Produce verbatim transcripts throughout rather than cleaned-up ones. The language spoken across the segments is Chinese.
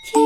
厅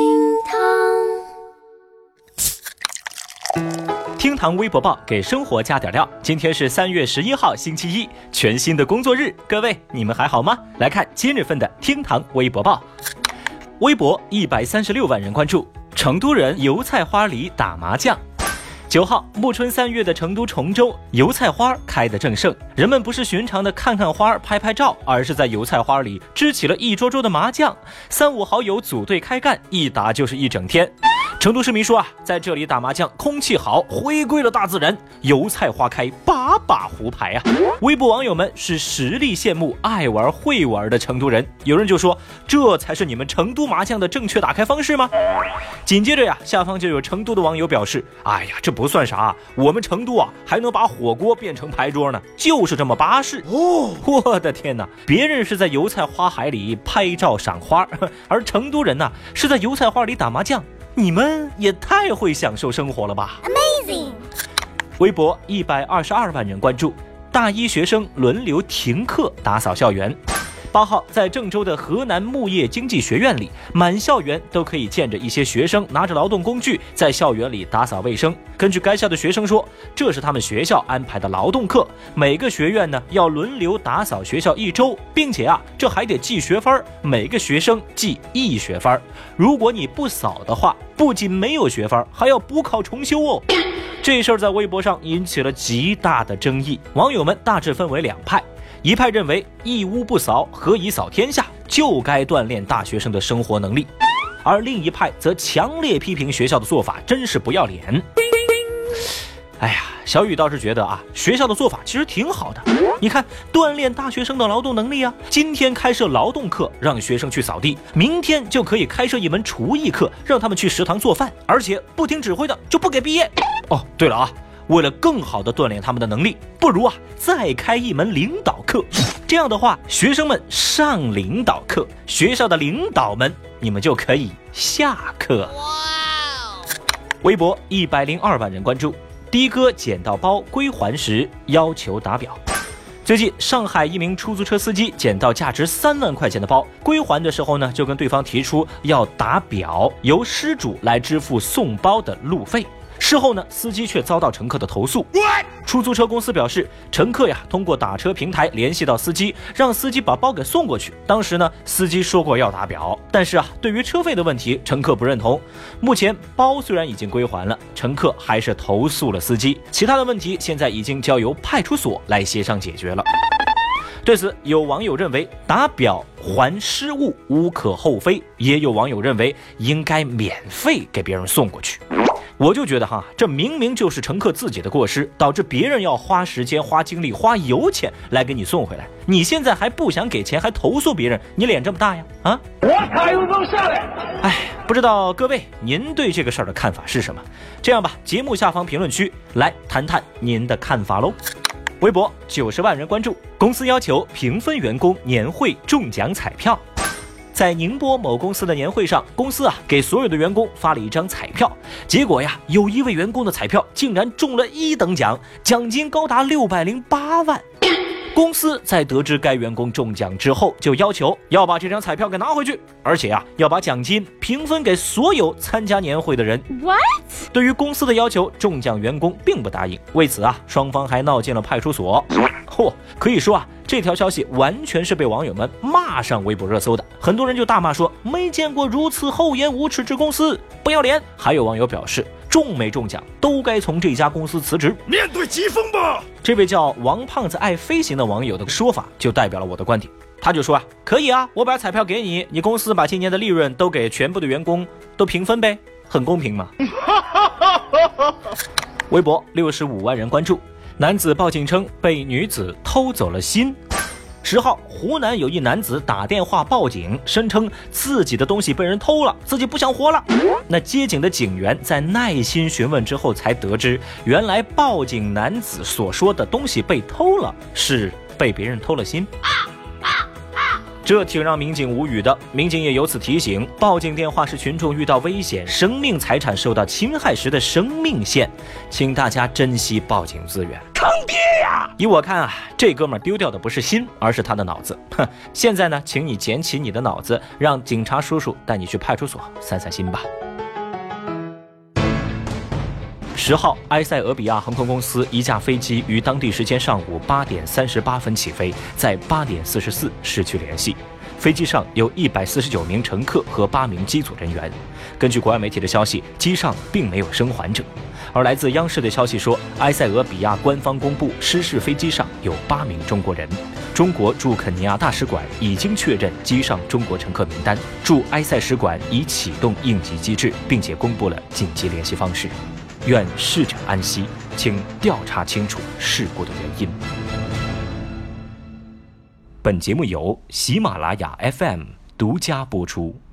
堂， 厅堂微博报给生活加点料。今天是三月十一号，星期一，全新的工作日，各位你们还好吗？来看今日份的厅堂微博报。微博一百三十六万人关注，成都人油菜花里打麻将。九号，暮春三月的成都崇州油菜花开得正盛，人们不是寻常的看看花拍拍照，而是在油菜花里支起了一桌桌的麻将，三五好友组队开干，一打就是一整天。成都市民说啊，在这里打麻将空气好，回归了大自然，油菜花开，把把胡牌啊。微博网友们是实力羡慕爱玩会玩的成都人，有人就说这才是你们成都麻将的正确打开方式吗？紧接着呀，下方就有成都的网友表示，哎呀，这不算啥，我们成都啊还能把火锅变成牌桌呢，就是这么巴适哦！我的天哪，别人是在油菜花海里拍照赏花，而成都人呢、啊、是在油菜花里打麻将，你们也太会享受生活了吧 Amazing！ 微博一百二十二万人关注，大一学生轮流停课打扫校园。八号，在郑州的河南牧业经济学院里，满校园都可以见着一些学生拿着劳动工具在校园里打扫卫生。根据该校的学生说，这是他们学校安排的劳动课，每个学院呢要轮流打扫学校一周，并且啊，这还得记学分，每个学生记一学分。如果你不扫的话，不仅没有学分，还要补考重修哦。这事儿在微博上引起了极大的争议，网友们大致分为两派。一派认为一屋不扫何以扫天下，就该锻炼大学生的生活能力，而另一派则强烈批评学校的做法真是不要脸。哎呀，小雨倒是觉得啊，学校的做法其实挺好的。你看，锻炼大学生的劳动能力啊，今天开设劳动课让学生去扫地，明天就可以开设一门厨艺课让他们去食堂做饭，而且不听指挥的就不给毕业。哦，对了啊，为了更好的锻炼他们的能力，不如啊再开一门领导课。这样的话，学生们上领导课，学校的领导们你们就可以下课。微博一百零二万人关注，的哥捡到包归还时要求打表。最近，上海一名出租车司机捡到价值三万块钱的包，归还的时候呢，就跟对方提出要打表，由失主来支付送包的路费。事后呢，司机却遭到乘客的投诉。出租车公司表示，乘客呀通过打车平台联系到司机，让司机把包给送过去。当时呢，司机说过要打表，但是啊，对于车费的问题，乘客不认同。目前包虽然已经归还了，乘客还是投诉了司机。其他的问题现在已经交由派出所来协商解决了。对此，有网友认为打表还失物无可厚非，也有网友认为应该免费给别人送过去。我就觉得哈，这明明就是乘客自己的过失，导致别人要花时间、花精力、花油钱来给你送回来。你现在还不想给钱，还投诉别人，你脸这么大呀？啊！我卡又能下来。哎，不知道各位您对这个事儿的看法是什么？这样吧，节目下方评论区来谈谈您的看法喽。微博九十万人关注，公司要求评分员工年会中奖彩票。在宁波某公司的年会上，公司啊给所有的员工发了一张彩票，结果呀，有一位员工的彩票竟然中了一等奖，奖金高达六百零八万。公司在得知该员工中奖之后，就要求要把这张彩票给拿回去，而且啊，要把奖金平分给所有参加年会的人。 What？ 对于公司的要求，中奖员工并不答应，为此啊，双方还闹进了派出所。嚯，可以说啊，这条消息完全是被网友们骂上微博热搜的，很多人就大骂说没见过如此厚颜无耻之公司，不要脸。还有网友表示，中没中奖都该从这家公司辞职，面对疾风吧。这位叫王胖子爱飞行的网友的说法就代表了我的观点，他就说啊，可以啊，我把彩票给你，你公司把今年的利润都给全部的员工都平分呗，很公平嘛。微博六十五万人关注，男子报警称被女子偷走了心。十号，湖南有一男子打电话报警，声称自己的东西被人偷了，自己不想活了。那接警的警员在耐心询问之后，才得知原来报警男子所说的东西被偷了，是被别人偷了心。这挺让民警无语的。民警也由此提醒，报警电话是群众遇到危险、生命财产受到侵害时的生命线，请大家珍惜报警资源。 坑爹呀！ 以我看啊，这哥们儿丢掉的不是心，而是他的脑子。哼，现在呢，请你捡起你的脑子，让警察叔叔带你去派出所散散心吧。十号，埃塞俄比亚航空公司一架飞机于当地时间上午八点三十八分起飞，在八点四十四失去联系。飞机上有一百四十九名乘客和八名机组人员。根据国外媒体的消息，机上并没有生还者。而来自央视的消息说，埃塞俄比亚官方公布，失事飞机上有八名中国人。中国驻肯尼亚大使馆已经确认机上中国乘客名单，驻埃塞使馆已启动应急机制，并且公布了紧急联系方式。愿逝者安息，请调查清楚事故的原因。本节目由喜马拉雅 F M 独家播出。